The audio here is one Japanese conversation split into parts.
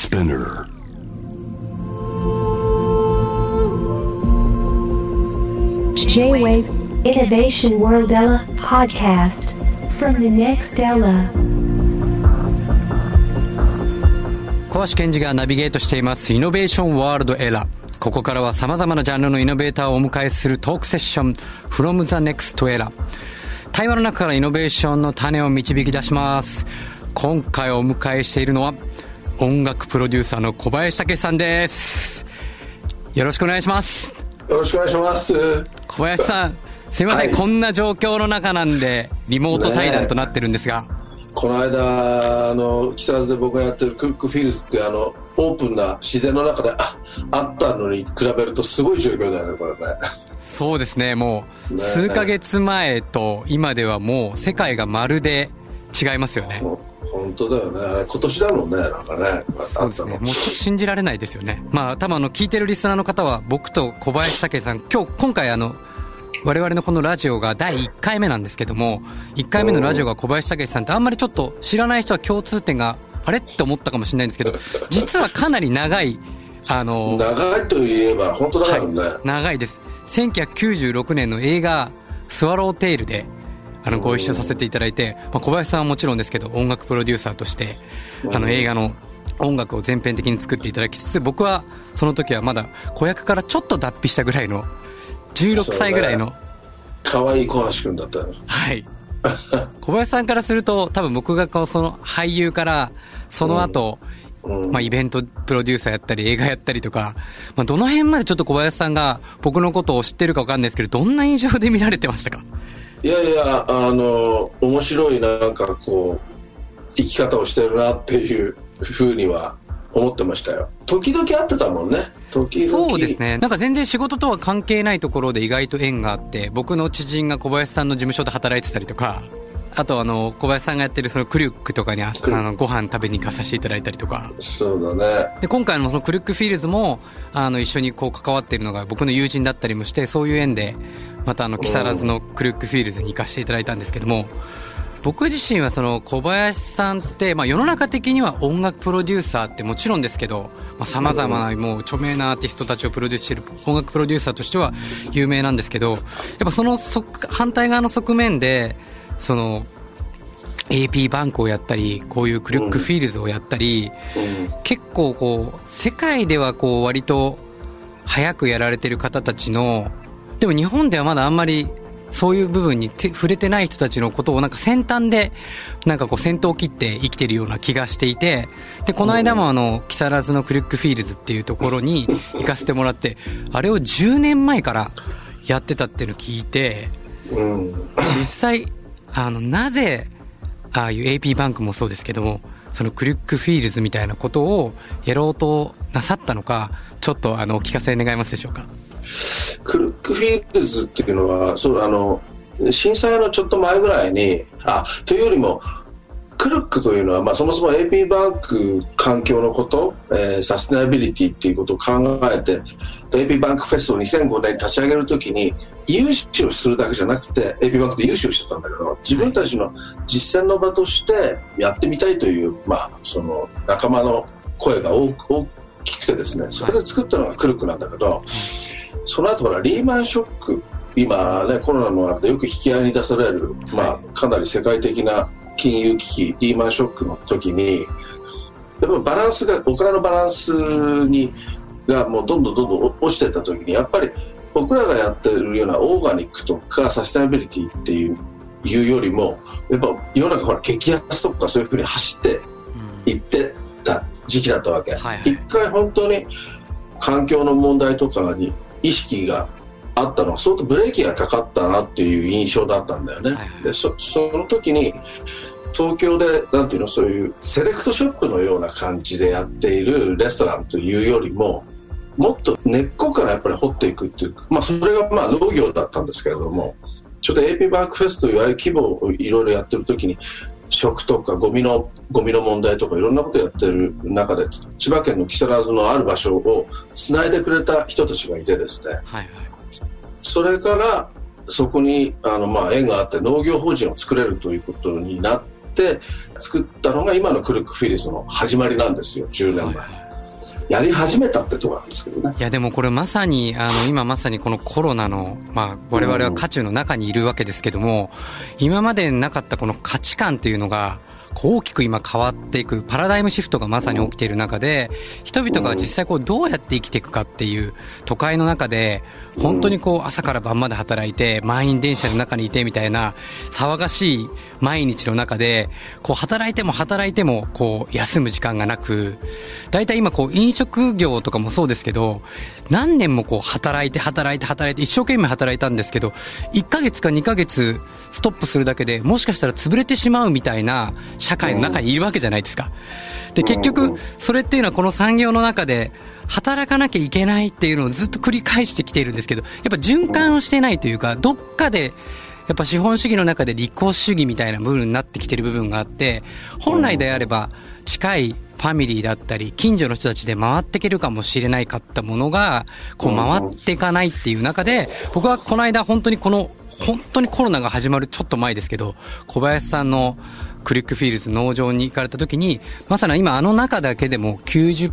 Spinner J-Wave Innovation World Ella Podcast from the next Ella。 小橋健二がナビゲートしていますイノベーションワールドエラ。ここからは様々なジャンルのイノベーターをお迎えするトークセッション From the Next Era。対話の中からイノベーションの種を導き出します。今回お迎えしているのは音楽プロデューサーの小林武史さんです。よろしくお願いします。 よろしくお願いします。 小林さん、すいません、はい、こんな状況の中なんでリモート対談となってるんですが、 この間木更津で僕がやってるクルックフィールズってオープンな自然の中であったのに比べるとすごい状況だよね、これね。 そうですね、もう数ヶ月前と今ではもう世界がまるで違いますよね。 本当だよね。今年だもんね、なんかね。 そうですね、もうちょっと信じられないですよね。まあ多分聞いてるリスナーの方は僕と小林武史さん、今回我々のこのラジオが第1回目なんですけども、1回目のラジオが小林武史さんってあんまりちょっと知らない人は共通点があれって思ったかもしれないんですけど、実はかなり長い長いといえば本当だよね、はい、 長いです。1996年の映画スワローテイルでご一緒させていただいて、小林さんはもちろんですけど音楽プロデューサーとして映画の音楽を全編的に作っていただきつつ、僕はその時はまだ子役からちょっと脱皮したぐらいの16歳ぐらいの可愛い小橋くんだったよ。 はい小林さんからすると多分僕がその俳優からその後、イベントプロデューサーやったり映画やったりとか、どの辺までちょっと小林さんが僕のことを知ってるか分かんないですけど、どんな印象で見られてましたか？ いやいや、面白いなんかこう生き方をしてるなっていう風には思ってましたよ。時々会ってたもんね。時々。 そうですね。なんか全然仕事とは関係ないところで意外と縁があって、僕の知人が小林さんの事務所で働いてたりとか、あと小林さんがやってるそのクリュックとかにご飯食べに行かさせていただいたりとか。 そうだね。 で今回のそのクリュックフィールズも一緒に関わっているのが僕の友人だったりもして、そういう縁でまた木更津のクリュックフィールズに行かせていただいたんですけども、僕自身はその小林さんって、世の中的には音楽プロデューサーってもちろんですけど、様々なもう著名なアーティストたちをプロデュースしている音楽プロデューサーとしては有名なんですけど、やっぱその反対側の側面でその AP バンクをやったり、こういうクリュックフィールズをやったり、結構世界では割と早くやられてる方たちの、でも日本ではまだあんまりそういう部分に触れてない人たちのことをなんか先端でなんか先頭を切って生きてるような気がしていて、でこの間も木更津のクリュックフィールズっていうところに行かせてもらって、あれを10年前からやってたっていうのを聞いて、実際なぜああいう AP バンクもそうですけども、そのクリュックフィールズみたいなことをやろうとなさったのか、ちょっとお聞かせ願えますでしょうか？ クルックフィールズっていうのは震災のちょっと前ぐらいにというよりもクルックというのは、そもそも AP バンク環境のこと、サステナビリティっていうことを考えて AP バンクフェスを2005年に立ち上げるときに融資をするだけじゃなくて AP バンクで融資をしてたんだけど、自分たちの実践の場としてやってみたいという、その仲間の声が大きくてですね、それで作ったのがクルックなんだけど、その後リーマンショック、今ねコロナのあれでよく引き合いに出される、かなり世界的な金融危機リーマンショックの時に、やっぱバランスがお金のバランスがもうどんどん落ちていった時に、やっぱり僕らがやってるようなオーガニックとかサステナビリティっていうよりも、やっぱ世の中激安とかそういうふうに走っていってた時期だったわけ。一回本当に環境の問題とかに意識があったのは相当ブレーキがかかったなっていう印象だったんだよね。でその時に東京でなんていうの、そういうセレクトショップのような感じでやっているレストランというよりも、もっと根っこからやっぱり掘っていくっていう、それが農業だったんですけれども、ちょっと AP バンクフェスという規模をいろいろやってる時に食とかゴミの問題とかいろんなことやってる中で、千葉県の木更津のある場所をつないでくれた人たちがいてですね、それからそこに縁があって農業法人を作れるということになっって作ったのが今のクルックフィリーズの始まりなんですよ、10年前。やり始めたってところなんですけどね。 いやでもこれまさに今まさにこのコロナの我々は渦中の中にいるわけですけども、今までなかったこの価値観というのが大きく今変わっていくパラダイムシフトがまさに起きている中で、人々が実際どうやって生きていくかっていう都会の中で本当に朝から晩まで働いて満員電車の中にいてみたいな騒がしい毎日の中で働いても休む時間がなく、だいたい今飲食業とかもそうですけど、何年も働いて一生懸命働いたんですけど、1ヶ月か2ヶ月ストップするだけでもしかしたら潰れてしまうみたいな社会の中にいるわけじゃないですか。で結局それっていうのはこの産業の中で働かなきゃいけないっていうのをずっと繰り返してきているんですけど、やっぱ循環をしてないというか、どっかでやっぱ資本主義の中で利己主義みたいな部分になってきてる部分があって、本来であれば近いファミリーだったり近所の人たちで回っていけるかもしれないかったものが回っていかないっていう中で、僕はこの間本当にコロナが始まるちょっと前ですけど、小林さんのクリックフィールズ農場に行かれた時に、まさに今中だけでも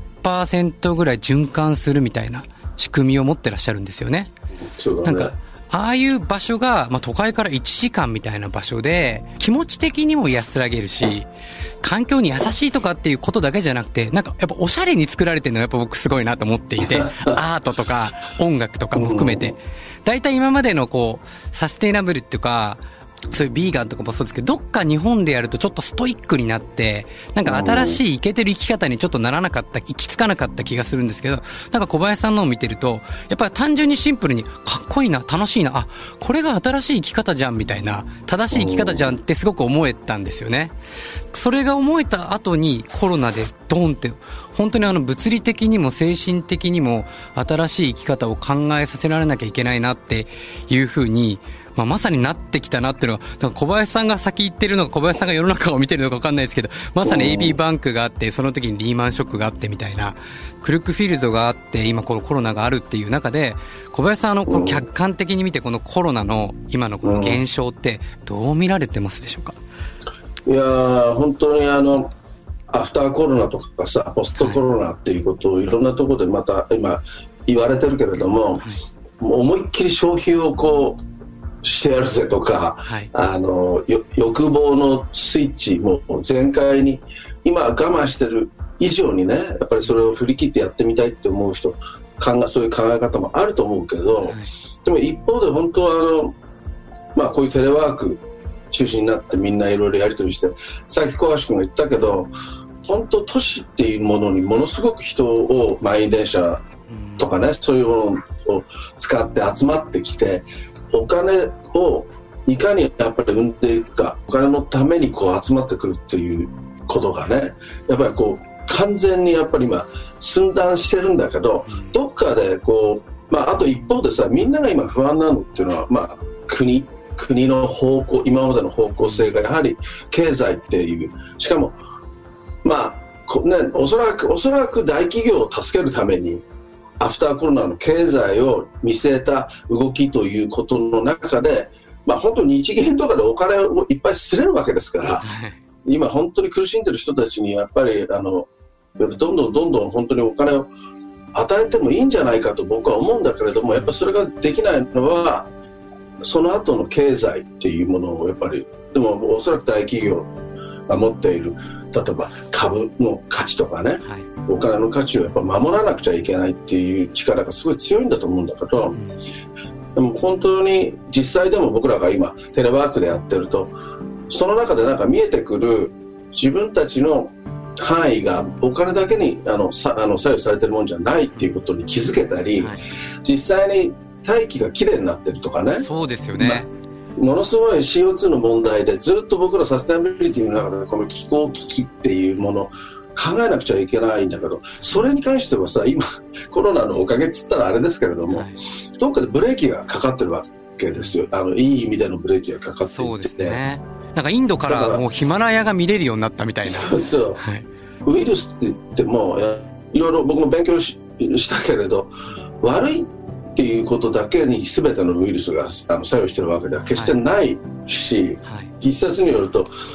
90% ぐらい循環するみたいな仕組みを持ってらっしゃるんですよね。 そうだね。 なんかああいう場所が、都会から1時間みたいな場所で気持ち的にも安らげるし、環境に優しいとかっていうことだけじゃなくて、やっぱおしゃれに作られてるのがやっぱ僕すごいなと思っていて、アートとか音楽とかも含めて、だいたい今までのサステイナブルっていうか、そういうビーガンとかもそうですけど、どっか日本でやるとちょっとストイックになって、新しいイケてる生き方にちょっとならなかった、行き着かなかった気がするんですけど、小林さんのを見てると、やっぱり単純にシンプルにかっこいいな、楽しいな、これが新しい生き方じゃんみたいな、正しい生き方じゃんってすごく思えたんですよね。それが思えた後にコロナでドンって、本当に物理的にも精神的にも新しい生き方を考えさせられなきゃいけないなっていうふうに、まさになってきたなっていうのが、小林さんが先行ってるのか、小林さんが世の中を見てるのか分かんないですけど、まさに AB バンクがあって、その時にリーマンショックがあってみたいな、クルックフィールズがあって、今このコロナがあるっていう中で、小林さんこの客観的に見て、このコロナの今のこの現象ってどう見られてますでしょうか？ いやー、本当にアフターコロナとかさ、ポストコロナっていうことをいろんなところでまた今言われてるけれども、もう思いっきり消費をしてやるぜとか、欲望のスイッチも全開に今我慢してる以上にね、やっぱりそれを振り切ってやってみたいって思う人、そういう考え方もあると思うけど、でも一方で本当はこういうテレワーク中心になってみんないろいろやり取りして、さっき小橋君が言ったけど、本当都市っていうものにものすごく人を満員電車とかね、そういうものを使って集まってきて、お金をいかにやっぱり生んでいくか、お金のために集まってくるっていうことがね、やっぱり完全にやっぱり今寸断してるんだけど、どっかであと一方でさ、みんなが今不安なのっていうのは、国の方向、今までの方向性がやはり経済っていう、しかもおそらく大企業を助けるためにアフターコロナの経済を見据えた動きということの中で、本当に日銀とかでお金をいっぱいすれるわけですから、今本当に苦しんでる人たちにやっぱりどんどん本当にお金を与えてもいいんじゃないかと僕は思うんだけれども、やっぱそれができないのはその後の経済っていうものをやっぱり、でもおそらく大企業が持っている、例えば株の価値とかね、お金の価値をやっぱ守らなくちゃいけないっていう力がすごい強いんだと思うんだけど、でも本当に実際でも僕らが今テレワークでやってると、その中で見えてくる自分たちの範囲がお金だけに左右されてるもんじゃないっていうことに気づけたり、実際に大気がきれいになってるとかね。 そうですよね。 ものすごい CO2 の問題でずっと僕らサステナビリティの中でこの気候危機っていうものを考えなくちゃいけないんだけど、それに関してはさ、今コロナのおかげっつったらあれですけれども、どっかでブレーキがかかってるわけですよ。いい意味でのブレーキがかかっていて、 そうですね。インドからもうヒマラヤが見れるようになったみたいな。 そうそう、ウイルスって言ってもいろいろ僕も勉強したけれど、悪いっていうことだけに全てのウイルスが作用しているわけでは決してないし、一説によると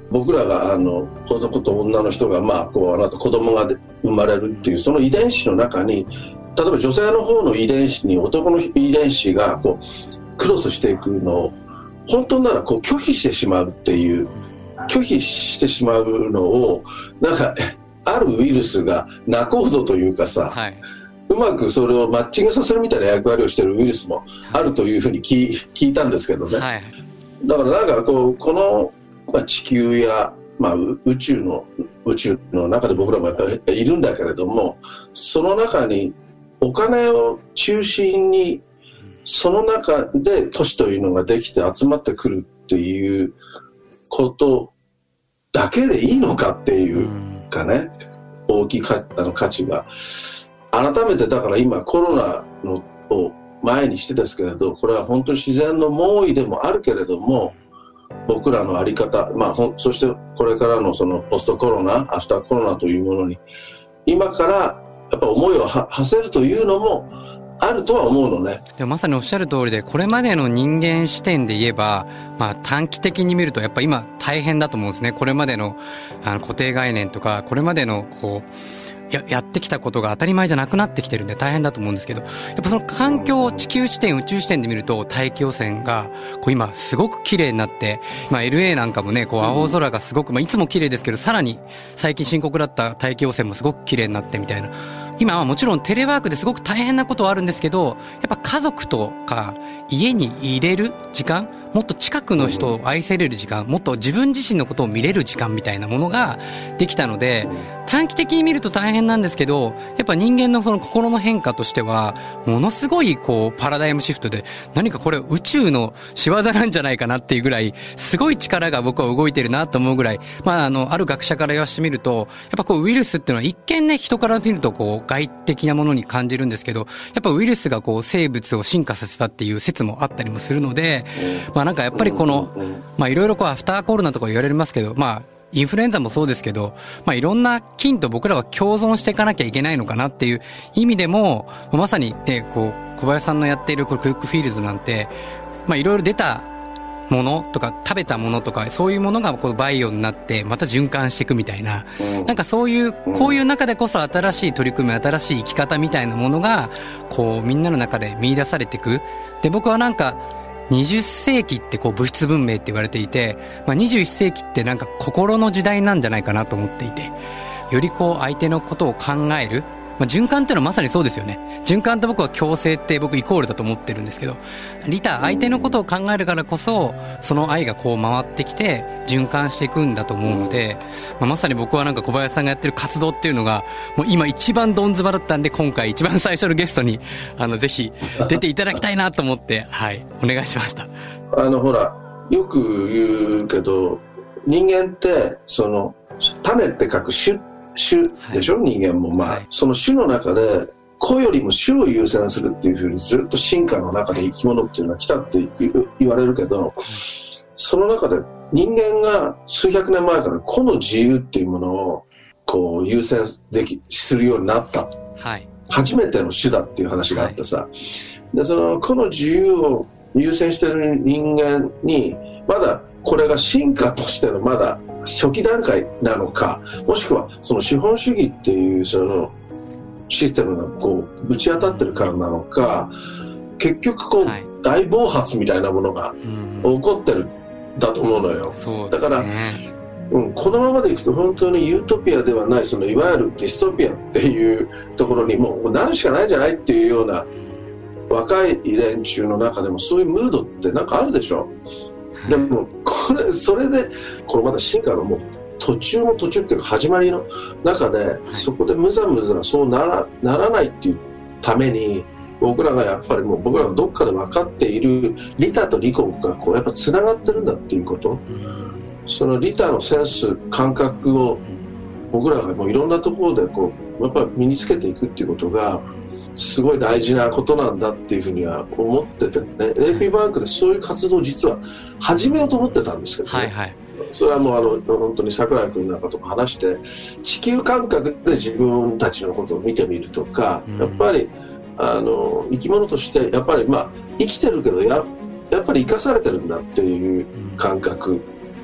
僕らが男と女の人がこうあなた子供が生まれるっていうその遺伝子の中に、例えば女性の方の遺伝子に男の遺伝子がこうクロスしていくのを本当ならこう拒否してしまうっていう、拒否してしまうのをなんかあるウイルスが仲人というかさ、はい、うまくそれをマッチングさせるみたいな役割をしているウイルスもあるというふうに聞いたんですけどね、はい、だからなんかこの、地球や、宇宙の中で僕らもやっぱりいるんだけれども、その中にお金を中心にその中で都市というのができて集まってくるっていうことだけでいいのかっていうかね、大きい価値が改めて、だから今コロナのを前にしてですけれど、これは本当に自然の猛威でもあるけれども、僕らの在り方、そしてこれからのそのポストコロナ、アフターコロナというものに今からやっぱ思いを馳せるというのもあるとは思うのね。 でもまさにおっしゃる通りで、これまでの人間視点で言えば、短期的に見るとやっぱ今大変だと思うんですね。これまでの固定概念とか、これまでのこうやってきたことが当たり前じゃなくなってきてるんで大変だと思うんですけど、やっぱその環境、地球視点、宇宙視点で見ると大気汚染がこう今すごく綺麗になって、LA なんかもね、こう青空がすごく、いつも綺麗ですけど、さらに最近深刻だった大気汚染もすごく綺麗になってみたいな。今はもちろんテレワークですごく大変なことはあるんですけど、やっぱ家族とか家に入れる時間、もっと近くの人を愛せれる時間、もっと自分自身のことを見れる時間みたいなものができたので、短期的に見ると大変なんですけど、やっぱ人間のその心の変化としてはものすごいこうパラダイムシフトで、何かこれ宇宙の仕業なんじゃないかなっていうぐらいすごい力が僕は動いてるなと思うぐらい、ある学者から言わせてみると、やっぱこうウイルスっていうのは一見ね、人から見るとこう外的なものに感じるんですけど、やっぱウイルスがこう生物を進化させたっていう説もあったりもするので、なんかやっぱりこのいろいろこうアフターコロナとか言われますけど、インフルエンザもそうですけど、いろんな菌と僕らは共存していかなきゃいけないのかなっていう意味でも、まさにね、こう小林さんのやっているこれクックフィールズなんて、いろいろ出たものとか食べたものとか、そういうものがこうバイオになってまた循環していくみたいな、なんかそういうこういう中でこそ新しい取り組み、新しい生き方みたいなものがこうみんなの中で見出されていく。で、僕はなんか20世紀ってこう物質文明って言われていて、21世紀ってなんか心の時代なんじゃないかなと思っていて、よりこう相手のことを考える、循環っていうのはまさにそうですよね。循環と僕は共生って僕イコールだと思ってるんですけど、相手のことを考えるからこそその愛がこう回ってきて循環していくんだと思うので、まさに僕はなんか小林さんがやってる活動っていうのがもう今一番どんずばだったんで、今回一番最初のゲストにぜひ出ていただきたいなと思ってお願いしました。 ほらよく言うけど、人間ってその種って書く種でしょ、人間もその種の中で個よりも種を優先するっていうふうにずっと進化の中で生き物っていうのは来たって言われるけど、その中で人間が数百年前から個の自由っていうものをこう優先するようになった、初めての種だっていう話があってさ、でその個の自由を優先してる人間にまだこれが進化としてのまだ初期段階なのか、もしくはその資本主義っていうそのシステムがこうぶち当たってるからなのか、結局こう大暴発みたいなものが起こってるんだと思うのよ。だから、このままでいくと本当にユートピアではない、そのいわゆるディストピアっていうところにもうなるしかないんじゃないっていうような、若い連中の中でもそういうムードってなんかあるでしょ。でもそれでこのまだ進化のもう途中っていうか始まりの中で、そこでムザムザそうならないっていうために、僕らがやっぱりもう僕らがどっかで分かっている利他と利己がこうやっぱつながってるんだっていうこと、その利他のセンス感覚を僕らがもういろんなところでこうやっぱり身につけていくっていうことがすごい大事なことなんだっていうふうには思っててね、AP バンクでそういう活動を実は始めようと思ってたんですけどね、それはもう本当に櫻井君なんかとも話して、地球感覚で自分たちのことを見てみるとか、やっぱり生き物としてやっぱり生きてるけどやっぱり生かされてるんだっていう感覚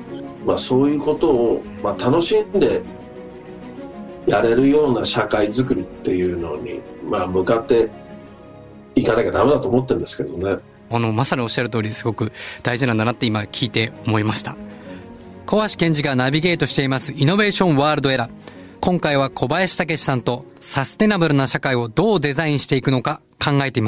そういうことを、楽しんでやれるような社会づくりっていうのに、向かっていかなきゃダメだと思ってるんですけどね。 まさにおっしゃる通りすごく大事なんだなって今聞いて思いました。小橋健二がナビゲートしていますイノベーションワールドエラー。今回は小林武史さんとサステナブルな社会をどうデザインしていくのか考えています。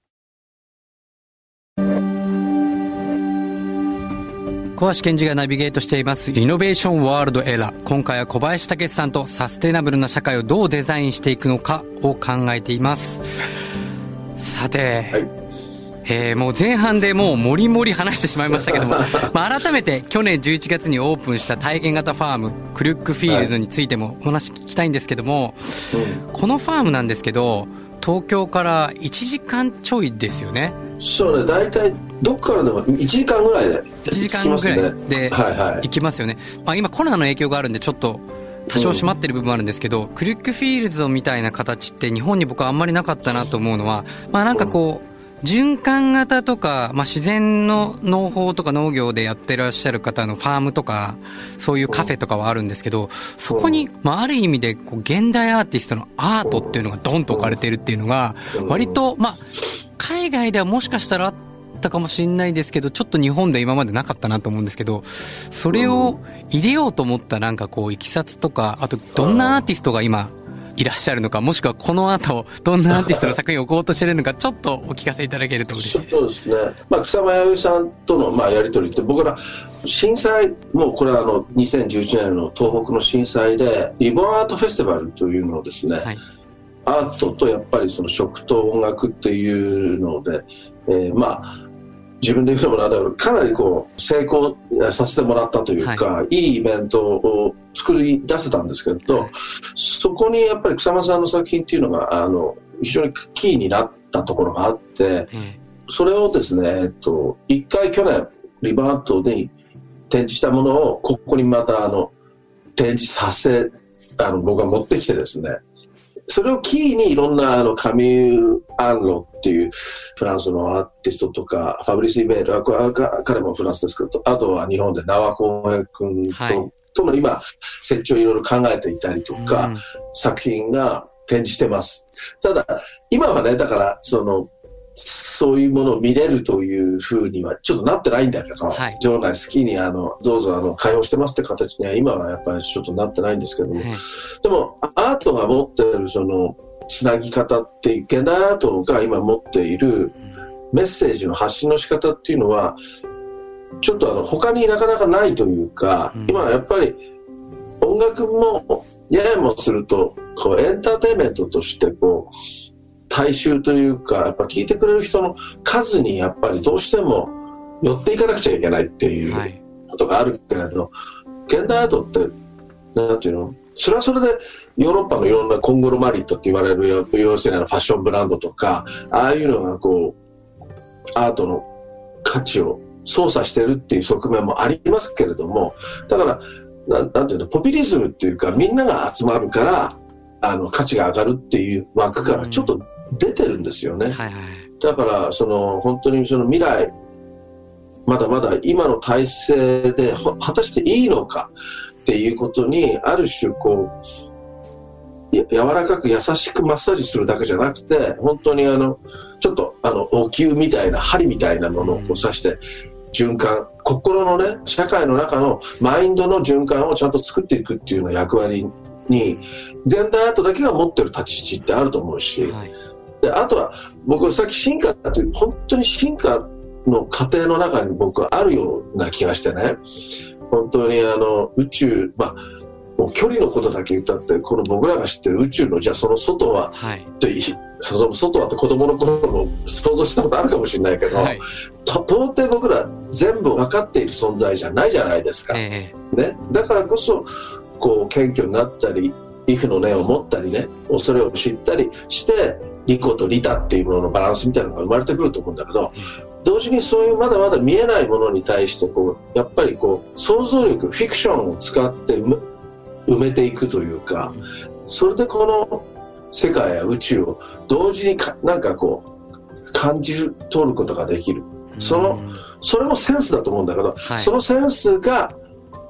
小橋健二がナビゲートしていますイノベーションワールドエラー。今回は小林武史さんとサステナブルな社会をどうデザインしていくのかを考えています。さて、もう前半でもうもりもり話してしまいましたけども改めて去年11月にオープンした体験型ファームクルックフィールズについてもお話聞きたいんですけども、このファームなんですけど東京から1時間ちょいですよね。 そうね、大体どっからでも1時間ぐらいで 1時間ぐらいで行きますよね。今コロナの影響があるんでちょっと多少閉まってる部分あるんですけど、クルックフィールズみたいな形って日本に僕はあんまりなかったなと思うのは、なんかこう循環型とか、自然の農法とか農業でやってらっしゃる方のファームとかそういうカフェとかはあるんですけど、そこに、ある意味でこう現代アーティストのアートっていうのがドンと置かれているっていうのが割と海外ではもしかしたらあったかもしれないですけど、ちょっと日本で今までなかったなと思うんですけど、それを入れようと思ったなんかこういきさつとか、あとどんなアーティストが今いらっしゃるのか、もしくはこの後どんなアーティストの作品を置こうとしているのかちょっとお聞かせいただけると嬉しいです。 そうですね、草間彌生さんとのやり取りって、僕ら震災、もうこれは2011年の東北の震災でリボンアートフェスティバルというのをですね、アートとやっぱりその食と音楽っていうので、自分で言うのもなんだけどかなりこう成功させてもらったというか、いいイベントを作り出せたんですけど、そこにやっぱり草間さんの作品っていうのが非常にキーになったところがあって、それをですね、一回去年リバートで展示したものをここにまた展示させ僕が持ってきてですね、それをキーにいろんなカミュー・アンロっていうフランスのアーティストとか、ファブリス・イベール、彼もフランスですけど、あとは日本で縄浩平君との今設置をいろいろ考えていたりとか、作品が展示してます。ただ今はね、だからそういうものを見れるというふうにはちょっとなってないんだけど、場内好きにどうぞ開放してますって形には今はやっぱりちょっとなってないんですけども、でもアートが持っているそのつなぎ方っていう、現代アートが今持っているメッセージの発信の仕方っていうのはちょっと他になかなかないというか、今はやっぱり音楽もややもするとこうエンターテインメントとしてこう大衆というか、やっぱ聴いてくれる人の数にやっぱりどうしても寄っていかなくちゃいけないっていうことがあるけれど、現代アートってなんていうの、それはそれでヨーロッパのいろんなコングロマリットって言われる要するにファッションブランドとか、ああいうのがこうアートの価値を操作してるっていう側面もありますけれども、だからなんていうの、ポピュリズムっていうか、みんなが集まるから価値が上がるっていう枠からちょっと出てるんですよね。だから本当に未来まだまだ今の体制で果たしていいのかっていうことに、ある種こう柔らかく優しくマッサージするだけじゃなくて、本当にちょっとお灸みたいな針みたいなものを刺して循環、心のね、社会の中のマインドの循環をちゃんと作っていくっていうような役割に現代アートだけが持ってる立ち位置ってあると思うし、であとは僕はさっき進化っていう、本当に進化の過程の中に僕はあるような気がしてね、本当に宇宙、もう距離のことだけ言ったって、この僕らが知ってる宇宙のじゃあその外は、その外はって子供の頃も想像したことあるかもしれないけど、到底僕ら全部分かっている存在じゃないじゃないですか、ね、だからこそこう謙虚になったり、畏怖の念を持ったりね、恐れを知ったりして利己と利他っていうもののバランスみたいなのが生まれてくると思うんだけど、同時にそういうまだまだ見えないものに対してこうやっぱりこう想像力、フィクションを使って埋めていくというか、それでこの世界や宇宙を同時になんかこう感じ取ることができる、それもセンスだと思うんだけど、そのセンスが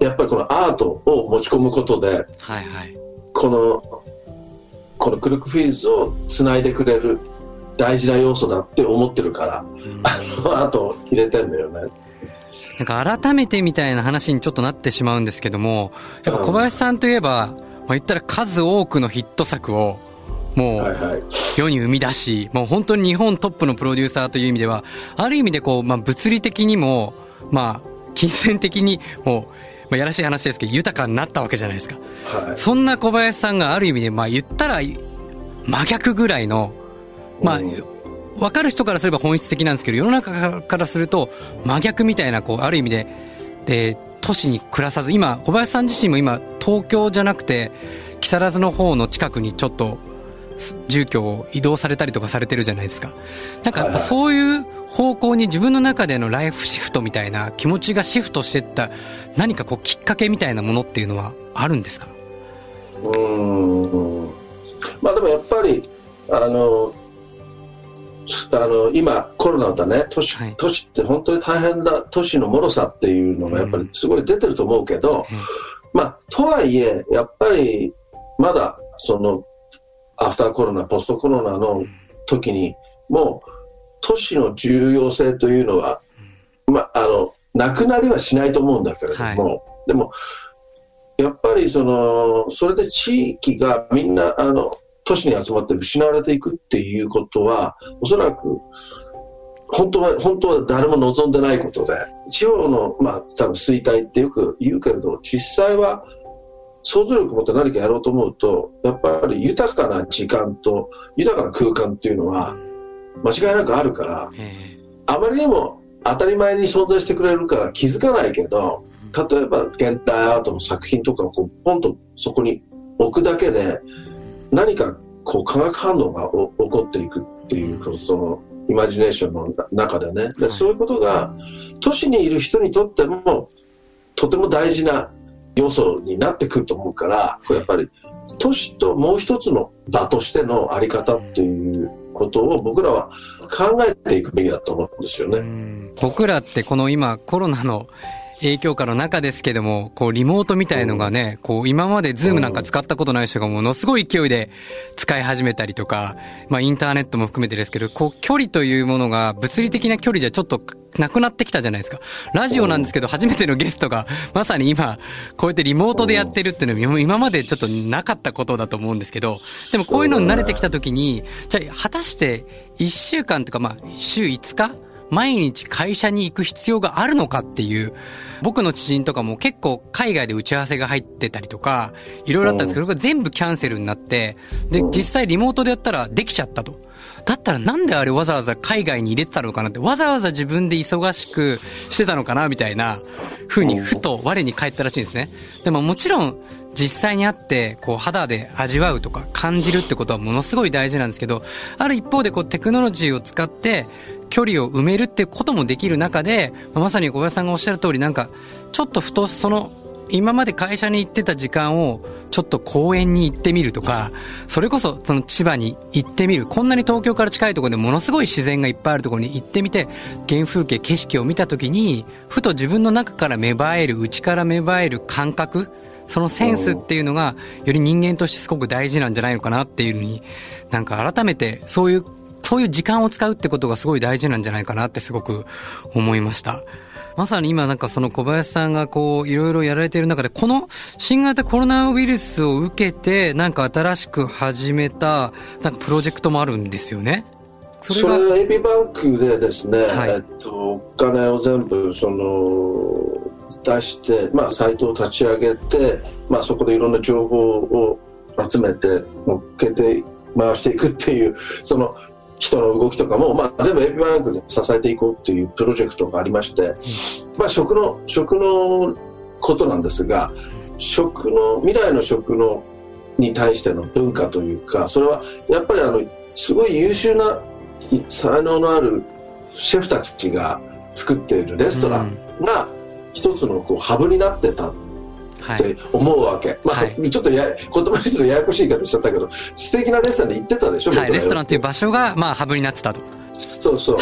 やっぱりこのアートを持ち込むことで、 はいはい、 このクルックフィールズをつないでくれる大事な要素だって思ってるから、アートを入れてんだよね。 なんか改めてみたいな話にちょっとなってしまうんですけども、やっぱ小林さんといえば、言ったら数多くのヒット作をもう世に生み出し、もう本当に日本トップのプロデューサーという意味では、ある意味でこう、物理的にも、金銭的にもやらしい話ですけど豊かになったわけじゃないですか。はい、そんな小林さんがある意味で言ったら真逆ぐらいの、分かる人からすれば本質的なんですけど、世の中からすると真逆みたいな、ある意味で都市に暮らさず、今小林さん自身も今東京じゃなくて木更津の方の近くにちょっと住居を移動されたりとかされてるじゃないですか。なんかやっぱそういう方向に自分の中でのライフシフトみたいな気持ちがシフトしていった何かきっかけみたいなものっていうのはあるんですか？ でもやっぱり今コロナだね、都市って本当に大変だ、都市の脆さっていうのがやっぱりすごい出てると思うけど、とはいえやっぱりまだそのアフターコロナ、ポストコロナの時にもう都市の重要性というのは、なくなりはしないと思うんだけれども、でもやっぱりそれで地域がみんな都市に集まって失われていくっていうことはおそらく本当は誰も望んでないことで、地方の多分衰退ってよく言うけれど、実際は想像力を持って何かやろうと思うと、やっぱり豊かな時間と豊かな空間っていうのは間違いなくあるから、あまりにも当たり前に存在してくれるから気づかないけど、例えば現代アートの作品とかをポンとそこに置くだけで何か化学反応が起こっていくっていう、そのイマジネーションの中でね、でそういうことが都市にいる人にとってもとても大事な要素になってくると思うから、やっぱり都市ともう一つの場としてのあり方っていうことを僕らは考えていくべきだと思うんですよね。 僕らってこの今コロナの影響下の中ですけども、リモートみたいのがね、今までズームなんか使ったことない人がものすごい勢いで使い始めたりとか、インターネットも含めてですけど、距離というものが物理的な距離じゃちょっとなくなってきたじゃないですか。ラジオなんですけど、初めてのゲストがまさに今こうやってリモートでやってるっていうのは今までちょっとなかったことだと思うんですけど、でもこういうのに慣れてきた時に、じゃあ果たして1週間とか週5日毎日会社に行く必要があるのかっていう、僕の知人とかも結構海外で打ち合わせが入ってたりとかいろいろあったんですけど、それが全部キャンセルになって、で実際リモートでやったらできちゃったと。だったらなんであれわざわざ海外に入れてたのかなって、わざわざ自分で忙しくしてたのかなみたいな風にふと我に返ったらしいんですね。でももちろん実際に会って肌で味わうとか感じるってことはものすごい大事なんですけど、ある一方でテクノロジーを使って距離を埋めるってこともできる中で、まさに小林さんがおっしゃる通り、なんかちょっとふと今まで会社に行ってた時間をちょっと公園に行ってみるとか、それこそその千葉に行ってみる、こんなに東京から近いところでものすごい自然がいっぱいあるところに行ってみて、原風景景色を見た時にふと自分の中から芽生える、内から芽生える感覚、そのセンスっていうのがより人間としてすごく大事なんじゃないのかなっていうのに、なんか改めてそういう時間を使うってことがすごい大事なんじゃないかなってすごく思いました。まさに今なんかその小林さんがいろいろやられている中で、この新型コロナウイルスを受けてなんか新しく始めたなんかプロジェクトもあるんですよね。 それは AP バンクでですね、お金を全部出して、サイトを立ち上げて、そこでいろんな情報を集めて乗っけて回していくっていう、その人の動きとかも、全部 AP バンクで支えていこうっていうプロジェクトがありまして、食のことなんですが、未来の食のに対しての文化というか、それはやっぱりすごい優秀な才能のあるシェフたちが作っているレストランが一つのハブになってたって思うわけ、ちょっと言葉にするとややこしい言い方しちゃったけど、素敵なレストランに行ってたでしょ、 レストランという場所がハブになってたと。 そうそう、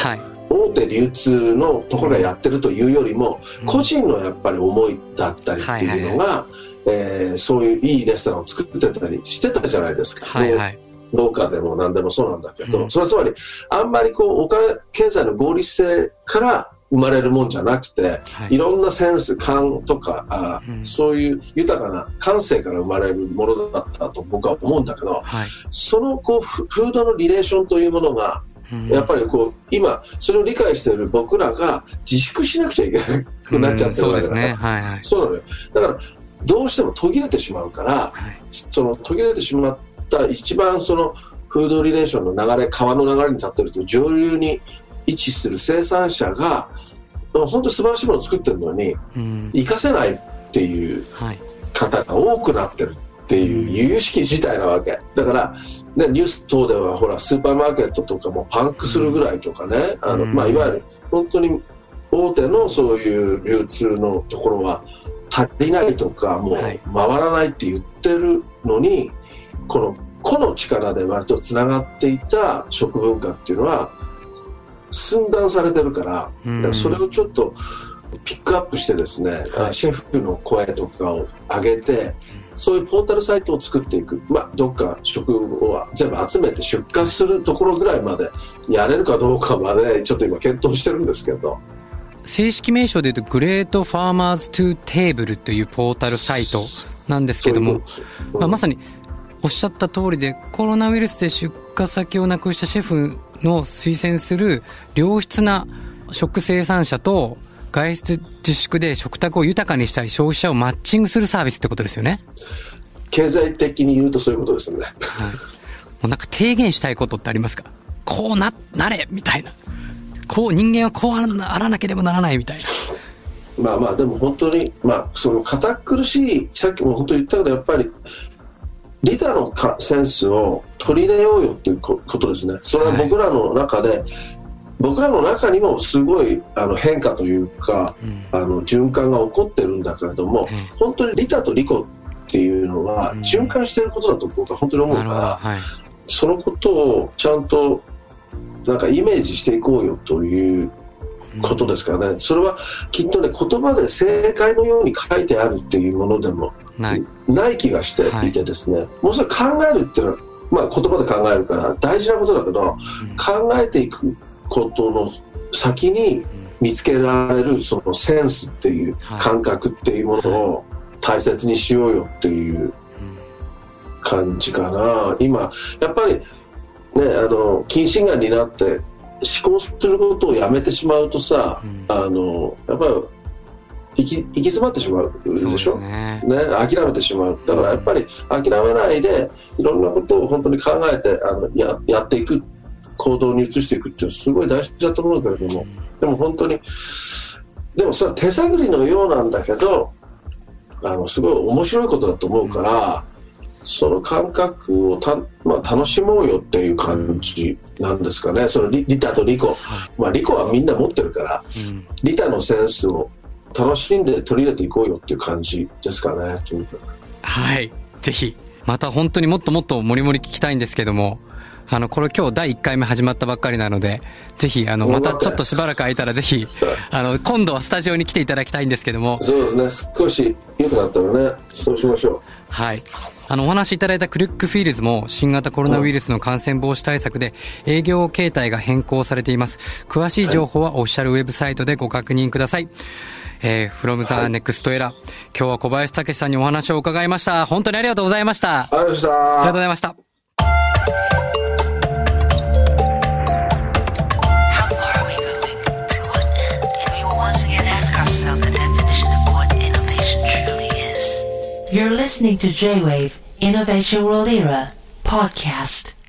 大手流通のところがやってるというよりも、個人のやっぱり思いだったりっていうのが、そういういいレストランを作ってたりしてたじゃないですか、はいはい、農家でも何でもそうなんだけど、それはつまりあんまりこうお金経済の合理性から生まれるもんじゃなくて、いろんなセンス感とかそういう豊かな感性から生まれるものだったと僕は思うんだけど、そのこうフードのリレーションというものがやっぱりこう今それを理解している僕らが自粛しなくちゃいけなくなっちゃってるわけだから、そうなのよ。だからどうしても途切れてしまうから、その途切れてしまった一番そのフードリレーションの流れ、川の流れに立っていると上流に位置する生産者が本当に素晴らしいものを作ってるのに、活かせないっていう方が多くなってるっていう由々しき事態なわけだから、ね、ニュース等ではほらスーパーマーケットとかもパンクするぐらいとかね、いわゆる本当に大手のそういう流通のところは足りないとかもう回らないって言ってるのに、この個の力で割とつながっていた食文化っていうのは寸断されてるから、だからそれをちょっとピックアップしてですね、シェフの声とかを上げて、そういうポータルサイトを作っていく、どっか食を全部集めて出荷するところぐらいまでやれるかどうかまでちょっと今検討してるんですけど、 正式名称で言うとグレートファーマーズトゥテーブルというポータルサイトなんですけども、まさにおっしゃった通りで、コロナウイルスで出荷先をなくしたシェフの推薦する良質な食生産者と外出自粛で食卓を豊かにしたい消費者をマッチングするサービスってことですよね。 経済的に言うとそういうことですね、もうなんか提言したいことってありますか？こう なれみたいな、こう人間はこうあらなければならないみたいな。 でも本当にその堅苦しい、さっきも本当に言ったけど、やっぱり利他のセンスを取り入れようよっていうことですね。それは僕らの中で、僕らの中にもすごい変化というか、循環が起こってるんだけれども、本当に利他と利己っていうのは循環していることだと僕は本当に思うから、そのことをちゃんとなんかイメージしていこうよということですからね。それはきっとね、言葉で正解のように書いてあるっていうものでもない気がしていてですね、もうそれ考えるっていうのは、言葉で考えるから大事なことだけど、考えていくことの先に見つけられるそのセンスっていう感覚っていうものを大切にしようよっていう感じかな。今やっぱりね、近視眼になって思考することをやめてしまうとさ、やっぱり行き詰まってしまうでしょ、諦めてしまう。だからやっぱり諦めないでいろんなことを本当に考えてやっていく、行動に移していくっていうのはすごい大事だと思うけれども、でも本当にでもそれは手探りのようなんだけど、すごい面白いことだと思うから、その感覚を楽しもうよっていう感じなんですかね。その利他と利己、利己はみんな持ってるから、利他のセンスを楽しんで取り入れていこうよっていう感じですかね。 はい、ぜひまた本当にもっともっともりもり聞きたいんですけども、これ今日第1回目始まったばっかりなので、ぜひまたちょっとしばらく空いたらぜひ今度はスタジオに来ていただきたいんですけども。 そうですね、少し良くなったらね、そうしましょう。 はい、お話いただいたクルックフィールズも新型コロナウイルスの感染防止対策で営業形態が変更されています。詳しい情報はオフィシャルウェブサイトでご確認ください。From the Next Era、今日は小林武史さんにお話を伺いました。本当にありがとうございました。 ありがとうございました。 You're listening to J-Wave Innovation World Era podcast.